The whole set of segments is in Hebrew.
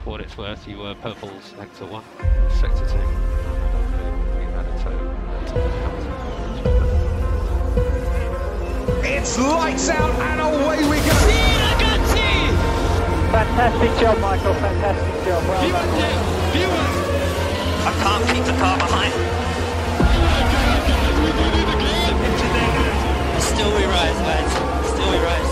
for what it's worth, you were Purple's Sector 1, Sector 2. You had a total. It's lights out and away we go. Fantastic job, Michael. Fantastic job. Well done. I can't keep the car behind. Still we rise, lads. Still we rise.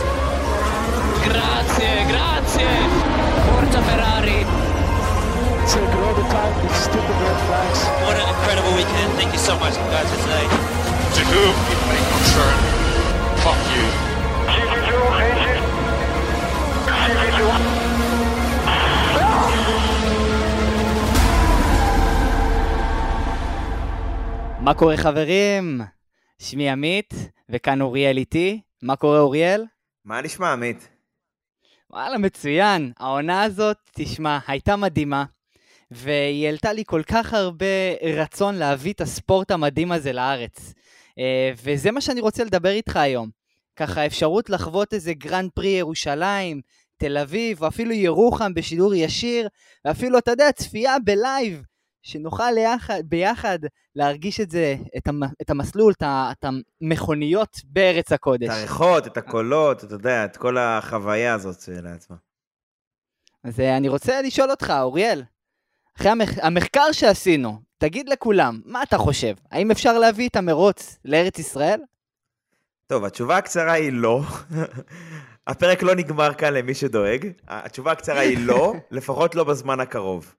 Grazie. Forza Ferrari. Taking all the time to stick the red flags. What an incredible weekend. Thank you so much, guys, for today. To whom it may concern, fuck you. מה קורה חברים? שמי עמית, וכאן אוריאל איתי. מה קורה אוריאל? מה נשמע עמית? וואלה, מצוין. העונה הזאת, תשמע, הייתה מדהימה, והיא העלתה לי כל כך הרבה רצון להביא את הספורט המדהים הזה לארץ. וזה מה שאני רוצה לדבר איתך היום. ככה אפשרות לחוות איזה גרנד פרי ירושלים, תל אביב, או אפילו ירוחם בשידור ישיר, ואפילו, אתה יודע, צפייה בלייב, שנוכל ביחד להרגיש את זה, את המסלול, את המכוניות בארץ הקודש. את הריחות, את הקולות, אתה יודע, את כל החוויה הזאת לעצמה. אז אני רוצה לשאול אותך, אוריאל, אחרי המחקר שעשינו, תגיד לכולם, מה אתה חושב? האם אפשר להביא את המרוץ לארץ ישראל? טוב, התשובה הקצרה היא לא. הפרק לא נגמר כאן למי שדואג. התשובה הקצרה היא לא, לפחות לא בזמן הקרוב.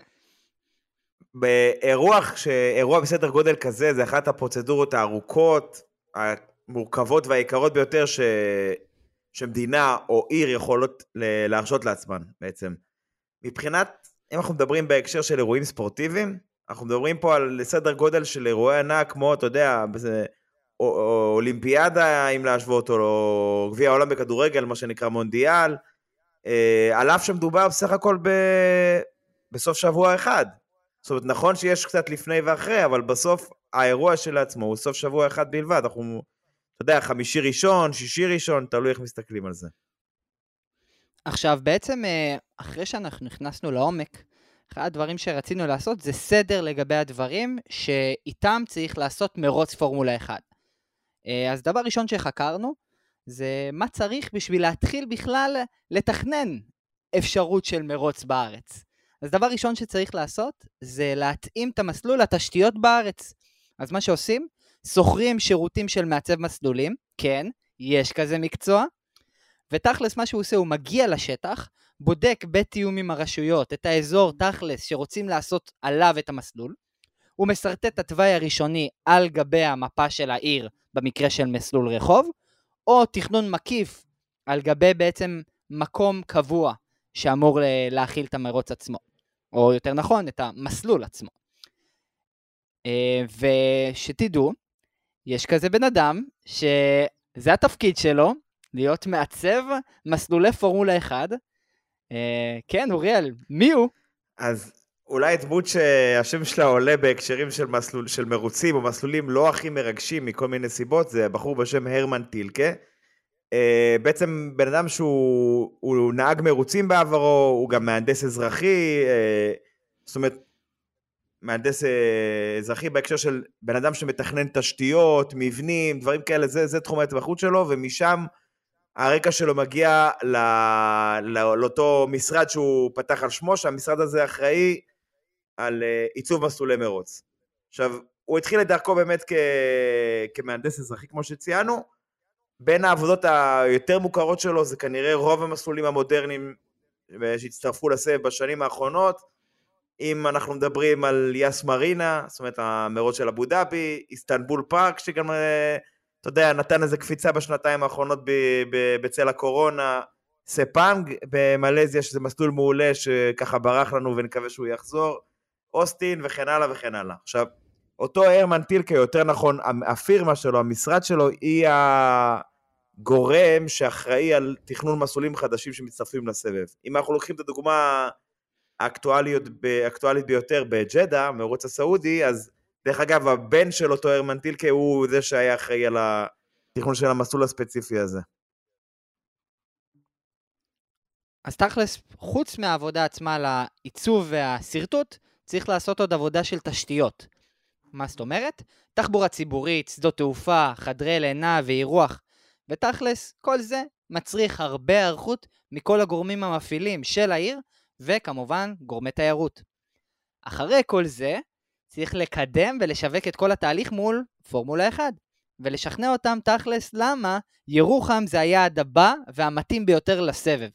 אירוע בסדר גודל כזה, זה אחת הפרוצדורות הארוכות, המורכבות והיקרות ביותר שמדינה או עיר יכולות להרשות לעצמן בעצם. מבחינת, אם אנחנו מדברים בהקשר של אירועים ספורטיביים, אנחנו מדברים פה על סדר גודל של אירועי ענק, כמו, אתה יודע, או אולימפיאדה, אם להשוות, או גביע העולם בכדורגל, מה שנקרא מונדיאל, על אף שמדובר בסך הכל בסוף שבוע אחד. זאת אומרת, נכון שיש קצת לפני ואחרי, אבל בסוף האירוע של עצמו הוא סוף שבוע אחד בלבד. אנחנו, אתה יודע, חמישי ראשון, שישי ראשון, תלוי איך מסתכלים על זה. עכשיו, בעצם, אחרי שאנחנו נכנסנו לעומק, אחד הדברים שרצינו לעשות זה סדר לגבי הדברים שאיתם צריך לעשות מרוץ פורמולה 1. אז דבר ראשון שחקרנו, זה מה צריך בשביל להתחיל בכלל לתכנן אפשרות של מרוץ בארץ. אז דבר ראשון שצריך לעשות, זה להתאים את המסלול לתשתיות בארץ. אז מה שעושים, שוכרים שירותים של מעצב מסלולים, כן, יש כזה מקצוע, ותכלס מה שהוא עושה, הוא מגיע לשטח, בודק בתיאום עם הרשויות את האזור תכלס שרוצים לעשות עליו את המסלול, הוא מסרטט את התוואי הראשוני על גבי המפה של העיר, במקרה של מסלול רחוב, או תכנון מקיף על גבי בעצם מקום קבוע, שאמור להכיל את המרוץ עצמו, או יותר נכון, את המסלול עצמו. ושתדעו, יש כזה בן אדם, שזה התפקיד שלו, להיות מעצב מסלולי פורמולה 1. כן, אוריאל, מי הוא? אז אולי דמות שהשם שלה עולה בהקשרים של מרוצים, או מסלולים לא הכי מרגשים מכל מיני סיבות, זה בחור בשם הרמן טילקה, בעצם בן אדם שהוא נהג מרוצים בעברו, הוא גם מהנדס אזרחי, זאת אומרת, מהנדס אזרחי בהקשר של בן אדם שמתכנן תשתיות, מבנים, דברים כאלה, זה תחום ההתמחות שלו, ומשם הרקע שלו מגיע לאותו משרד שהוא פתח על שמו, שהמשרד הזה אחראי על עיצוב מסלולי מרוץ. עכשיו, הוא התחיל את דרכו באמת כמהנדס אזרחי, כמו שציינו, בין העבודות היותר מוכרות שלו, זה כנראה רוב המסלולים המודרניים שהצטרפו לסבב בשנים האחרונות, אם אנחנו מדברים על יאס מרינה, זאת אומרת המרוץ של אבו דאבי, איסטנבול פארק, שגם, אתה יודע, נתן איזה קפיצה בשנתיים האחרונות בצל הקורונה, ספאנג במלזיה, שזה מסלול מעולה שככה ברח לנו ונקווה שהוא יחזור, אוסטין וכן הלאה וכן הלאה. עכשיו, אותו הרמן טילקה, יותר נכון, הפירמה שלו, המשרד שלו, היא הגורם שאחראי על תכנון מסלולים חדשים שמצטרפים לסבב. אם אנחנו לוקחים את הדוגמה האקטואלית ביותר בג'דה, מרוץ הסעודי, אז דרך אגב, הבן של אותו הרמן טילקה הוא זה שהיה אחראי על התכנון של המסלול הספציפי הזה. אז תכלס, חוץ מהעבודה עצמה לעיצוב והסרטוט, צריך לעשות עוד עבודה של תשתיות. מה זאת אומרת? תחבורה ציבורית, שדות תעופה, חדרי לינה ואירוח. ותכלס, כל זה מצריך הרבה היערכות מכל הגורמים המפעילים של העיר, וכמובן גורמי תיירות. אחרי כל זה, צריך לקדם ולשווק את כל התהליך מול פורמולה 1, ולשכנע אותם תכלס למה ירוחם זה היעד הבא והמתאים ביותר לסבב.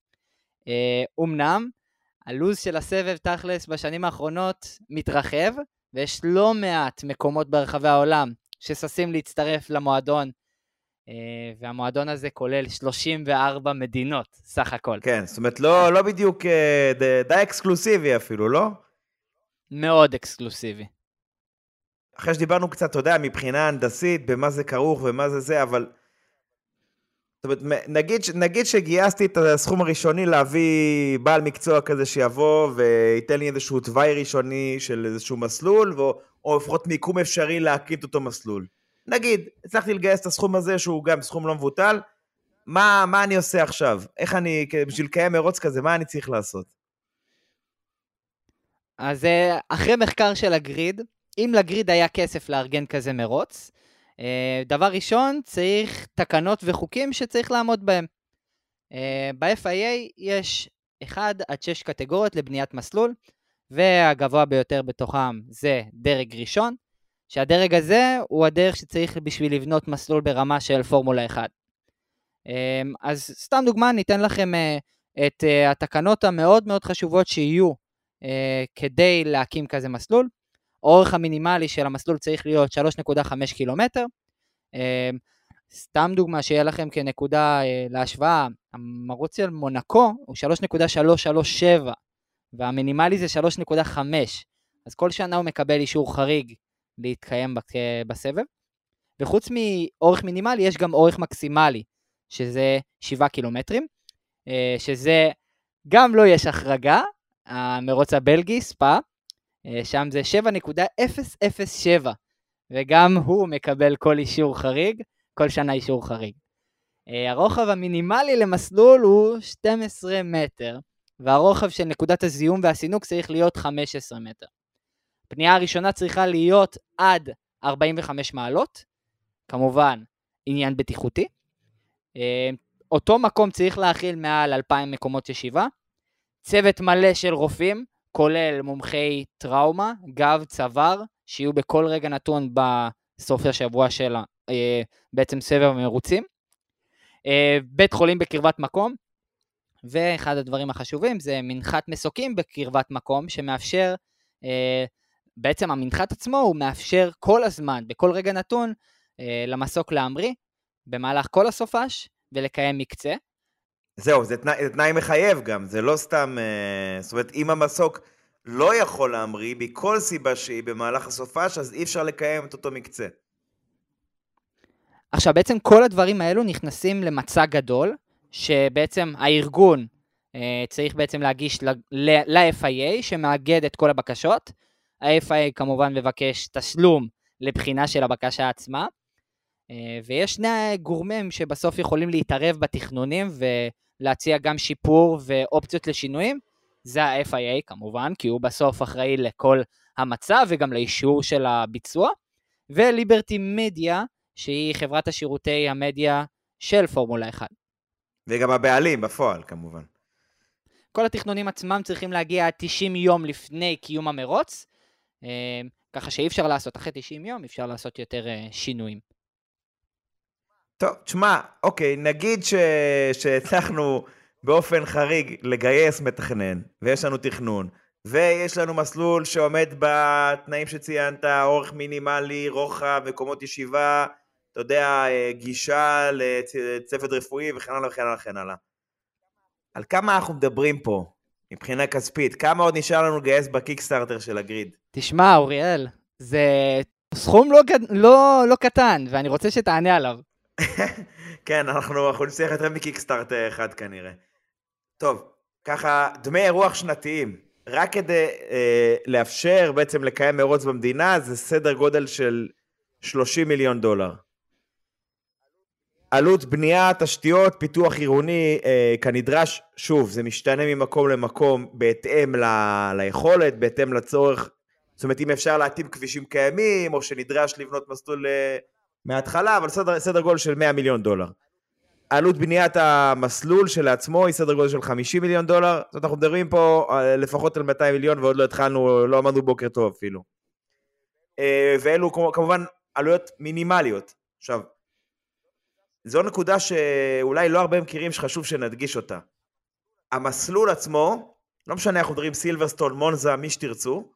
אמנם, הלוז של הסבב תכלס בשנים האחרונות מתרחב, ויש לא מעט מקומות ברחבי העולם שששים להצטרף למועדון, והמועדון הזה כולל 34 מדינות, סך הכל. כן, זאת אומרת, לא בדיוק די אקסקלוסיבי אפילו, לא? מאוד אקסקלוסיבי. אחרי שדיברנו קצת, אתה יודע, מבחינה הנדסית, במה זה כרוך ומה זה, אבל... זאת אומרת, נגיד שגייסתי את הסכום הראשוני להביא בעל מקצוע כזה שיבוא וייתן לי איזשהו תוואי ראשוני של איזשהו מסלול, או לפחות מיקום אפשרי להקים את אותו מסלול. נגיד, הצלחתי לגייס את הסכום הזה שהוא גם סכום לא מבוטל, מה אני עושה עכשיו? איך אני, בשביל לקיים מרוץ כזה, מה אני צריך לעשות? אז אחרי מחקר של הגריד, אם לגריד היה כסף לארגן כזה מרוץ, דבר ראשון, צריך תקנות וחוקים שצריך לעמוד בהם. ב-FIA יש 1 עד 6 קטגוריות לבניית מסלול, והגבוה ביותר בתוכם זה דרג ראשון, שהדרג הזה הוא הדרך שצריך בשביל לבנות מסלול ברמה של פורמולה 1. אז סתם דוגמה, ניתן לכם את התקנות המאוד מאוד חשובות שיהיו כדי להקים כזה מסלול. האורך המינימלי של המסלול צריך להיות 3.5 קילומטר. סתם דוגמה שיהיה לכם כנקודה להשוואה, המרוץ של מונקו הוא 3.337, והמינימלי זה 3.5, אז כל שנה הוא מקבל אישור חריג להתקיים בסבב. וחוץ מאורך מינימלי יש גם אורך מקסימלי, שזה 7 קילומטרים, שזה גם לא יש החרגה, המרוץ הבלגי, ספא, שם זה 7.007, וגם הוא מקבל כל אישור חריג, כל שנה אישור חריג. הרוחב המינימלי למסלול הוא 12 מטר, והרוחב של נקודת הזיהום והסינוק צריך להיות 15 מטר. הפנייה הראשונה צריכה להיות עד 45 מעלות, כמובן עניין בטיחותי. אותו מקום צריך להכיל מעל 2,000 מקומות ישיבה, צוות מלא של רופאים, כולל מומחי טראומה, גב, צוואר, שיהיו בכל רגע נתון בסוף השבוע של בעצם סבב המרוצים. בית חולים בקרבת מקום, ואחד הדברים החשובים זה מנחת מסוקים בקרבת מקום, שמאפשר, בעצם המנחת עצמו הוא מאפשר כל הזמן, בכל רגע נתון, למסוק להמריא, במהלך כל הסופש, ולקיים מקצה. זהו, זה תנאי מחייב גם, זה לא סתם, זאת אומרת, אם המסוק לא יכול להמריא, בכל סיבה שהיא במהלך הסופש, אז אי אפשר לקיים את אותו מקצה. עכשיו, בעצם כל הדברים האלו נכנסים למצע גדול, שבעצם הארגון צריך בעצם להגיש ל-FIA, שמאגד את כל הבקשות. ה-FIA כמובן מבקש תשלום לבחינה של הבקשה עצמה, ויש שני גורמים שבסוף יכולים להתערב בתכנונים ולהציע גם שיפור ואופציות לשינויים. זה ה-FIA כמובן, כי הוא בסוף אחראי לכל המצב וגם לאישור של הביצוע, וליברטי מדיה, שהיא חברת השירותי המדיה של פורמולה 1. וגם הבעלים בפועל כמובן. כל התכנונים עצמם צריכים להגיע 90 יום לפני קיום המרוץ, ככה שאי אפשר לעשות, אחרי 90 יום אפשר לעשות יותר שינויים. טוב, תשמע, אוקיי, נגיד שהצלחנו באופן חריג לגייס מתכנן, ויש לנו תכנון, ויש לנו מסלול שעומד בתנאים שציינת, אורך מינימלי, רוחב, מקומות ישיבה, אתה יודע, גישה לצוות רפואי וכן הלאה וכן הלאה וכן הלאה. על כמה אנחנו מדברים פה, מבחינה כספית? כמה עוד נשאר לנו לגייס בקיקסטארטר של הגריד? תשמע, אוריאל, זה סכום לא קטן, ואני רוצה שתענה עליו. כן, אנחנו נצטרך יותר מקיקסטארטר אחד כנראה. טוב, ככה, דמי אירוח שנתיים, רק כדי לאפשר בעצם לקיים מרוץ במדינה, זה סדר גודל של $30 מיליון. עלות בנייה, תשתיות, פיתוח עירוני, כנדרש, שוב, זה משתנה ממקום למקום, בהתאם ליכולת, בהתאם לצורך, זאת אומרת, אם אפשר להתאים כבישים קיימים, או שנדרש לבנות מסלול מההתחלה, אבל סדר גודל של $100 מיליון. עלות בניית המסלול של עצמו היא סדר גודל של $50 מיליון, זאת אומרת, אנחנו מדברים פה לפחות על 200 מיליון, ועוד לא התחלנו, לא עמדנו בוקר טוב אפילו. ואלו כמובן עלויות מינימליות. עכשיו, זו נקודה שאולי לא הרבה מכירים שחשוב שנדגיש אותה. המסלול עצמו, לא משנה אנחנו מדברים סילברסטון, מונזה, מי שתרצו,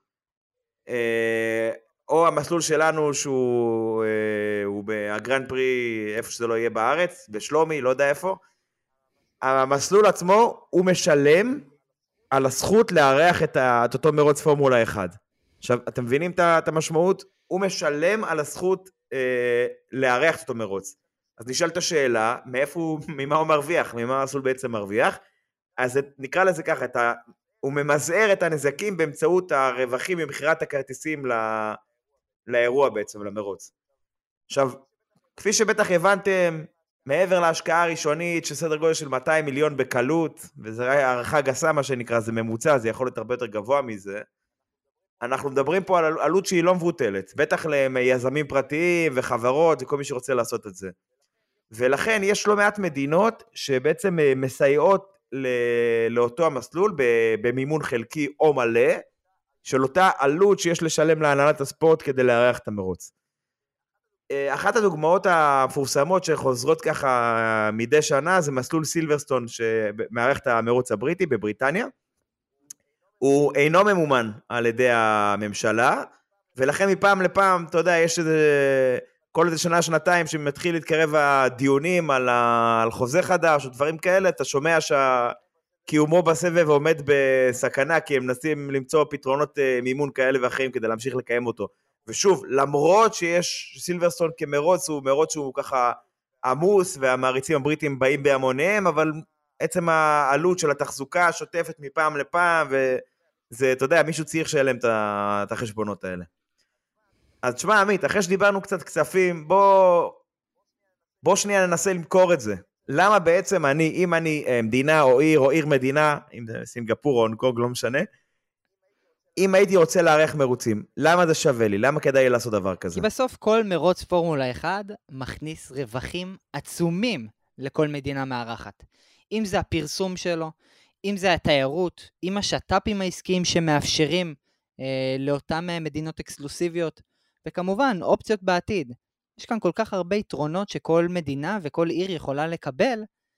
או המסלול שלנו שהוא בהגרנד פרי, איפה שזה לא יהיה בארץ, בשלומי, לא יודע איפה, המסלול עצמו הוא משלם על הזכות לארח את אותו מרוץ פורמולה 1. עכשיו, אתם מבינים את המשמעות? הוא משלם על הזכות לארח את אותו מרוץ. אז נשאלת השאלה, ממה הוא מרוויח, ממה המסלול בעצם מרוויח, אז נקרא לזה ככה, הוא ממזער את הנזקים באמצעות הרווחים ממכירת הכרטיסים לאירוע בעצם, למרוץ. עכשיו, כפי שבטח הבנתם, מעבר להשקעה הראשונית, שסדר גודל של 200 מיליון בקלות, וזה הערכה גסה מה שנקרא, זה ממוצע, זה יכול להיות הרבה יותר גבוה מזה, אנחנו מדברים פה על עלות שהיא לא מבוטלת, בטח ליזמים פרטיים וחברות וכל מי שרוצה לעשות את זה. ולכן יש לא מעט מדינות שבעצם מסייעות לאותו המסלול במימון חלקי או מלא, של אותה עלות שיש לשלם להנהלת הספורט כדי לארח את המרוץ. אחת הדוגמאות המפורסמות שחוזרות ככה מדי שנה, זה מסלול סילברסטון שמארח את המרוץ הבריטי בבריטניה, הוא אינו ממומן על ידי הממשלה, ולכן מפעם לפעם, אתה יודע, יש כל איזה שנה, שנתיים, שמתחיל להתקרב הדיונים על חוזה חדש, או דברים כאלה, אתה שומע שקיומו בסבב עומד בסכנה, כי הם מנסים למצוא פתרונות מימון כאלה ואחרים, כדי להמשיך לקיים אותו. ושוב, למרות שיש סילברסטון כמרוץ, הוא מרוץ שהוא ככה עמוס, והמעריצים הבריטים באים בהמוניהם, אבל עצם העלות של התחזוקה השוטפת מפעם לפעם, וזה, אתה יודע, מישהו צריך שלם את החשבונות האלה. אז תשמע, עמית, אחרי שדיברנו קצת כספים, בוא שנייה ננסה למכור את זה. למה בעצם אם אני מדינה או עיר מדינה, אם זה סינגפור או הונג קונג, לא משנה, אם הייתי רוצה לארח מרוצים, למה זה שווה לי? למה כדאי לעשות דבר כזה? כי בסוף כל מרוץ פורמולה 1 מכניס רווחים עצומים לכל מדינה מארחת. אם זה הפרסום שלו, אם זה התיירות, אם השטאפים העסקיים שמאפשרים לאותן מדינות אקסקלוסיביות, וכמובן אופציות בעתיד. יש כאן כל כך הרבה יתרונות שכל מדינה וכל עיר יכולה לקבל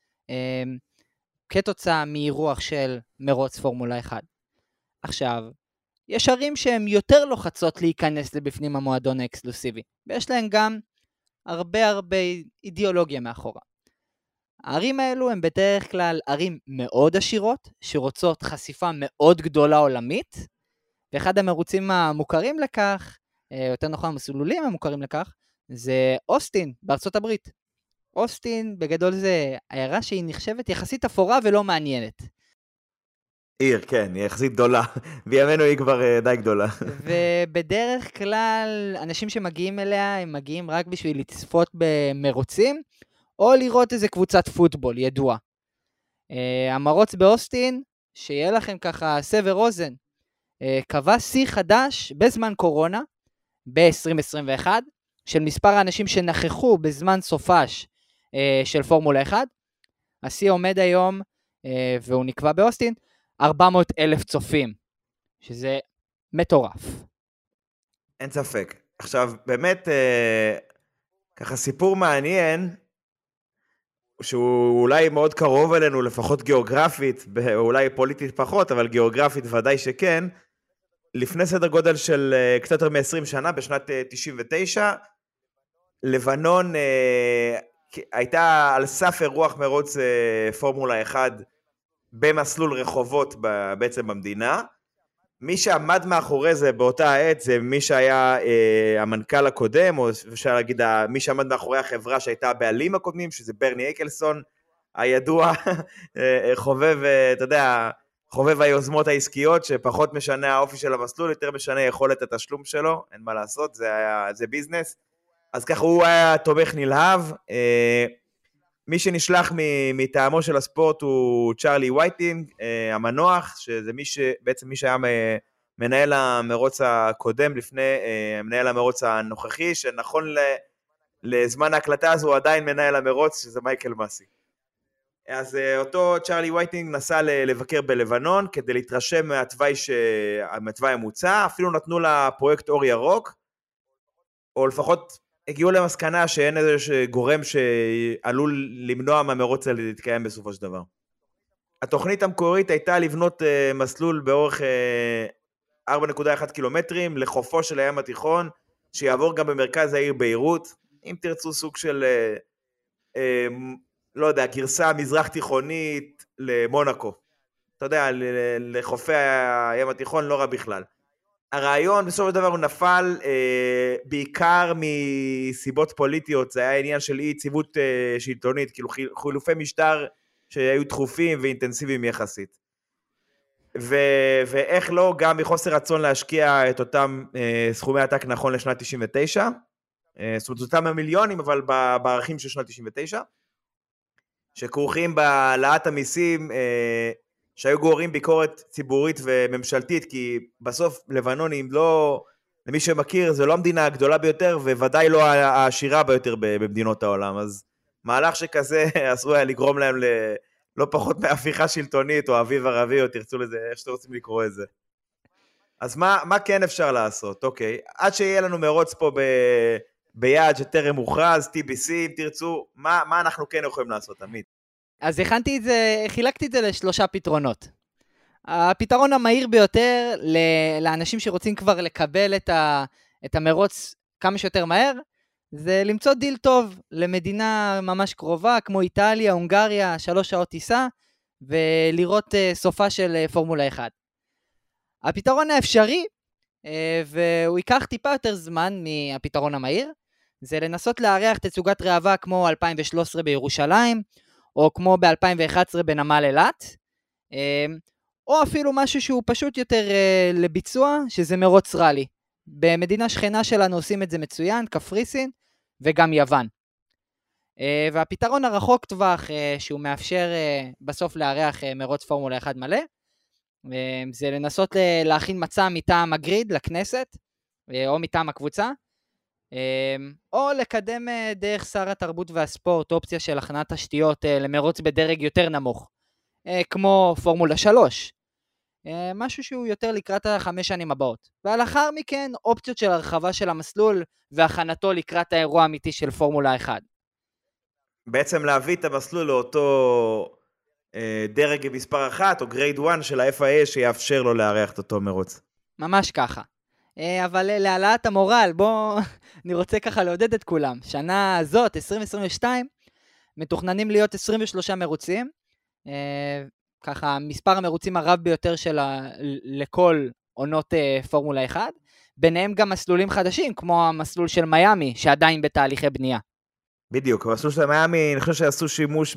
כתוצאה מאירוח של מרוץ פורמולה 1. עכשיו, יש ערים שהן יותר לוחצות להיכנס לבפנים המועדון האקסקלוסיבי, ויש להן גם הרבה אידיאולוגיה מאחורה. הערים האלו הן בדרך כלל ערים מאוד עשירות, שרוצות חשיפה מאוד גדולה עולמית, ואחד המרוצים המוכרים לכך, יותר נכון המסלולים המוכרים לכך, זה אוסטין בארצות הברית. אוסטין בגדול זה עיירה שהיא נחשבת יחסית אפורה ולא מעניינת. עיר, כן, היא יחסית גדולה, בימינו היא כבר די גדולה. ובדרך כלל אנשים שמגיעים אליה, הם מגיעים רק בשביל לצפות במרוצים, או לראות איזה קבוצת פוטבול ידוע. המרוץ באוסטין, שיהיה לכם ככה סבר אוזן, קבע שיא חדש בזמן קורונה, ב-2021, של מספר האנשים שנכחו בזמן סופש של פורמולה 1. השיא עומד היום, והוא נקבע באוסטין, 400,000 צופים, שזה מטורף. אין ספק. עכשיו, באמת, ככה סיפור מעניין, שהוא אולי מאוד קרוב אלינו, לפחות גיאוגרפית, אולי פוליטית פחות, אבל גיאוגרפית ודאי שכן, לפני סדר גודל של קצת יותר מ-20 שנה, בשנת 99, לבנון הייתה על סף אירוח מרוץ פורמולה 1 במסלול רחובות בעצם במדינה. מי שעמד מאחורי זה באותה העת זה מי שהיה המנכ"ל הקודם, או אפשר להגיד מי שעמד מאחורי החברה שהייתה הבעלים הקודמים, שזה ברני אקלסון, הידוע, חובב, אתה יודע, חובב היוזמות העסקיות, שפחות משנה האופי של המסלול, יותר משנה יכולת התשלום שלו, אין מה לעשות, זה ביזנס. אז ככה הוא היה תומך נלהב. מי שנשלח מטעמו של הספורט הוא צ'רלי וייטינג, המנוח, שזה בעצם מי שהיה מנהל המרוץ הקודם לפני מנהל המרוץ הנוכחי, שנכון לזמן ההקלטה הזו הוא עדיין מנהל המרוץ, שזה מייקל מסי. אז אותו צ'רלי וייטינג נסע לבקר בלבנון, כדי להתרשם מהתוואי המוצע, אפילו נתנו לפרויקט אור ירוק, או לפחות הגיעו למסקנה שאין איזה גורם שעלול למנוע מהמרוץ הזה להתקיים בסופו של דבר. התוכנית המקורית הייתה לבנות מסלול באורך 4.1 קילומטרים לחופו של הים התיכון, שיעבור גם במרכז העיר ביירות, אם תרצו סוג של, לא יודע, גרסה מזרח תיכונית למונקו. אתה יודע, לחופי הים התיכון לא רע בכלל. הרעיון בסופו של דבר הוא נפל בעיקר מסיבות פוליטיות, זה היה עניין של אי יציבות שלטונית, כאילו חילופי משטר שהיו דחופים ואינטנסיביים יחסית. ואיך לא, גם מחוסר רצון להשקיע את אותם סכומי עתק נכון לשנת 99, זאת אומרת, אותם המיליונים, אבל בערכים של שנת 99, שכרוכים בהעלאת המיסים, שהיו גוררים ביקורת ציבורית וממשלתית, כי בסוף לבנונים לא, למי שמכיר, זה לא המדינה הגדולה ביותר, וודאי לא העשירה ביותר במדינות העולם, אז מהלך שכזה עשוי היה לגרום להם לא פחות מהפיכה שלטונית, או אביב ערבי, או תרצו לזה, איך שאתם רוצים לקרוא את זה. אז מה כן אפשר לעשות? אוקיי, עד שיהיה לנו מרוץ פה ביעד שטרם מוכרז, TBC, אם תרצו, מה אנחנו כן יכולים לעשות, עמית? אז חילקתי את זה לשלושה פתרונות. הפתרון המהיר ביותר לאנשים שרוצים כבר לקבל את המרוץ כמה שיותר מהר, זה למצוא דיל טוב למדינה ממש קרובה, כמו איטליה, הונגריה, 3 שעות טיסה, ולראות סופה של פורמולה 1. הפתרון האפשרי, והוא ייקח טיפה יותר זמן מהפתרון המהיר, זה לנסות לארח תצוגת ראווה כמו 2013 בירושלים, או כמו ב-2011 בנמל אילת, או אפילו משהו שהוא פשוט יותר לביצוע, שזה מרוץ רלי. במדינה שכנה שלנו עושים את זה מצוין, קפריסין וגם יוון. והפתרון הרחוק טווח שהוא מאפשר בסוף לארח מרוץ פורמולה 1 מלא, זה לנסות להכין מצע מטעם הגריד לכנסת, או מטעם הקבוצה, או לקדם דרך שר התרבות והספורט אופציה של הכנת תשתיות למרוץ בדרג יותר נמוך, כמו פורמולה 3, משהו שהוא יותר לקראת 5 שנים הבאות. ולאחר מכן אופציות של הרחבה של המסלול והכנתו לקראת האירוע האמיתי של פורמולה 1. בעצם להביא את המסלול לאותו דרג מספר 1 או גרייד 1 של ה-FIA שיאפשר לו לארח את אותו מרוץ. ממש ככה. אבל להעלאת המורל, אני רוצה ככה לעודד את כולם. שנה הזאת, 2022, מתוכננים להיות 23 מרוצים, ככה מספר המרוצים הרב ביותר לכל עונות פורמולה 1, ביניהם גם מסלולים חדשים, כמו המסלול של מיאמי, שעדיין בתהליכי בנייה. בדיוק, המסלול של מיאמי, אני חושב שעשו שימוש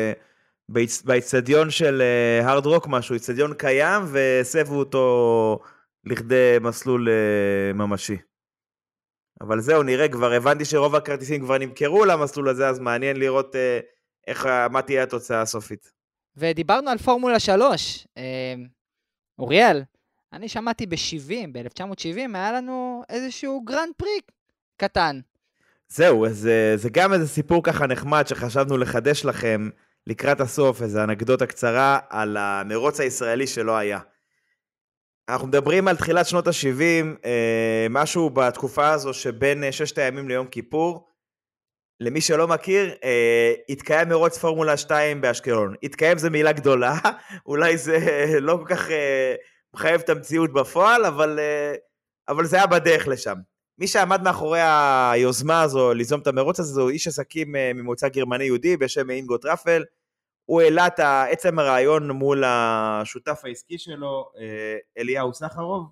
באצטדיון של הרד רוק משהו, אצטדיון קיים, וסבו אותו לכדי מסלול ממשי. אבל זהו, נראה, כבר הבנתי שרוב הכרטיסים כבר נמכרו למסלול הזה, אז מעניין לראות מה תהיה התוצאה הסופית. ודיברנו על פורמולה 3. אוריאל, אני שמעתי ב-1970, היה לנו איזשהו גרנד פריק קטן. זהו, אז זה גם איזה סיפור ככה נחמד שחשבנו לחדש לכם לקראת הסוף, איזו אנקדוטה קצרה על המרוץ הישראלי שלא היה. אנחנו מדברים על תחילת שנות ה-70, משהו בתקופה הזו שבין 6 הימים ליום כיפור, למי שלא מכיר, התקיים מרוץ פורמולה 2 באשקלון. התקיים זה מילה גדולה, אולי זה לא כל כך מחייב את המציאות בפועל, אבל זה היה בדרך לשם. מי שעמד מאחורי היוזמה הזו, ליזום את המרוץ הזה, הוא איש עסקים ממוצא גרמני יהודי, בשם אינגו טרפל. הוא העלה את עצם הרעיון מול השותף העסקי שלו, אליהו סחרוב.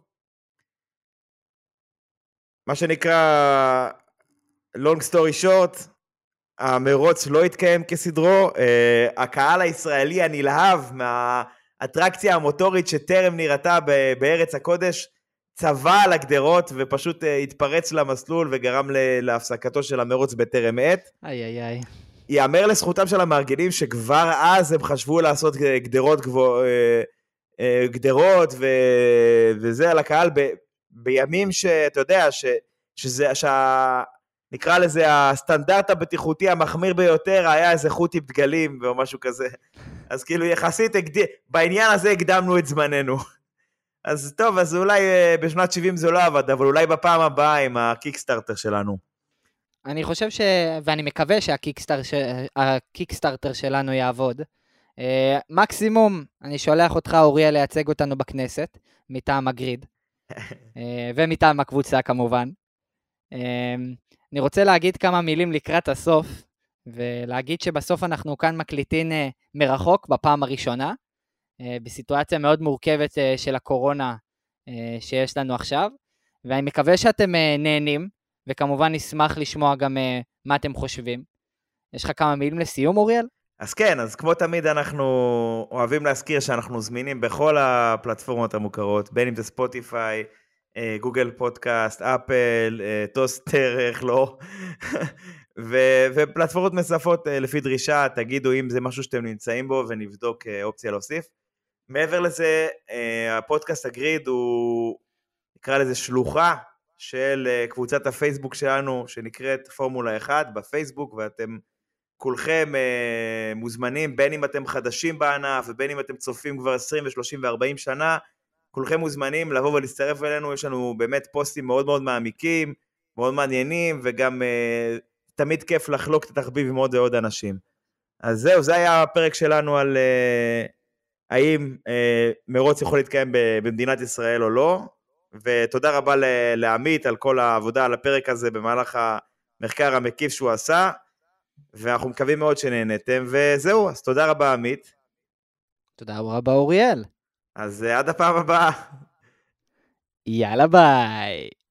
מה שנקרא, long story short, המרוץ לא התקיים כסדרו, הקהל הישראלי הנלהב מהאטרקציה המוטורית שטרם נראתה בארץ הקודש, צבא על הגדרות ופשוט התפרץ למסלול וגרם להפסקתו של המרוץ בטרם עת. איי איי איי. יאמר לזכותם של המארגנים שכבר אז הם חשבו לעשות גדרות וזה על הקהל בימים שאתה יודע נקרא לזה הסטנדרט הבטיחותי המחמיר ביותר היה איזה חוטי בדגלים או משהו כזה. אז כאילו יחסית בעניין הזה הקדמנו את זמננו. אז טוב, אז אולי בשנת 70 זה לא עבד, אבל אולי בפעם הבאה עם הקיקסטארטר שלנו. אני חושב ואני מקווה שהקיקסטארטר שלנו יעבוד. מקסימום, אני שולח אותך, אוריאל, לייצג אותנו בכנסת, מטעם הגריד, ומטעם הקבוצה כמובן. אני רוצה להגיד כמה מילים לקראת הסוף, ולהגיד שבסוף אנחנו כאן מקליטים מרחוק בפעם הראשונה, בסיטואציה מאוד מורכבת של הקורונה שיש לנו עכשיו, ואני מקווה שאתם נהנים, וכמובן נשמח לשמוע גם מה אתם חושבים. יש לך כמה מילים לסיום, אוריאל? אז כן, אז כמו תמיד אנחנו אוהבים להזכיר שאנחנו זמינים בכל הפלטפורמות המוכרות, בין אם זה ספוטיפיי, גוגל פודקאסט, אפל, טוסטר, איך לא, ופלטפורמות נוספות לפי דרישה, תגידו אם זה משהו שאתם נמצאים בו ונבדוק אופציה להוסיף. מעבר לזה, הפודקאסט הגריד הוא, נקרא לזה שלוחה של קבוצת הפייסבוק שלנו, שנקראת פורמולה 1 בפייסבוק, ואתם כולכם מוזמנים, בין אם אתם חדשים בענף, ובין אם אתם צופים כבר 20 ו-30 ו-40 שנה, כולכם מוזמנים לבוא ולהצטרף אלינו, יש לנו באמת פוסטים מאוד מאוד מעמיקים, מאוד מעניינים, וגם תמיד כיף לחלוק את התחביב עם עוד אנשים. אז זהו, זה היה הפרק שלנו על האם מרוץ יכול להתקיים במדינת ישראל או לא, ותודה רבה לעמית על כל העבודה על הפרק הזה במהלך המחקר המקיף שהוא עשה, ואנחנו מקווים מאוד שנהנתם, וזהו, אז תודה רבה עמית. תודה רבה אוריאל. אז עד הפעם הבאה. יאללה ביי.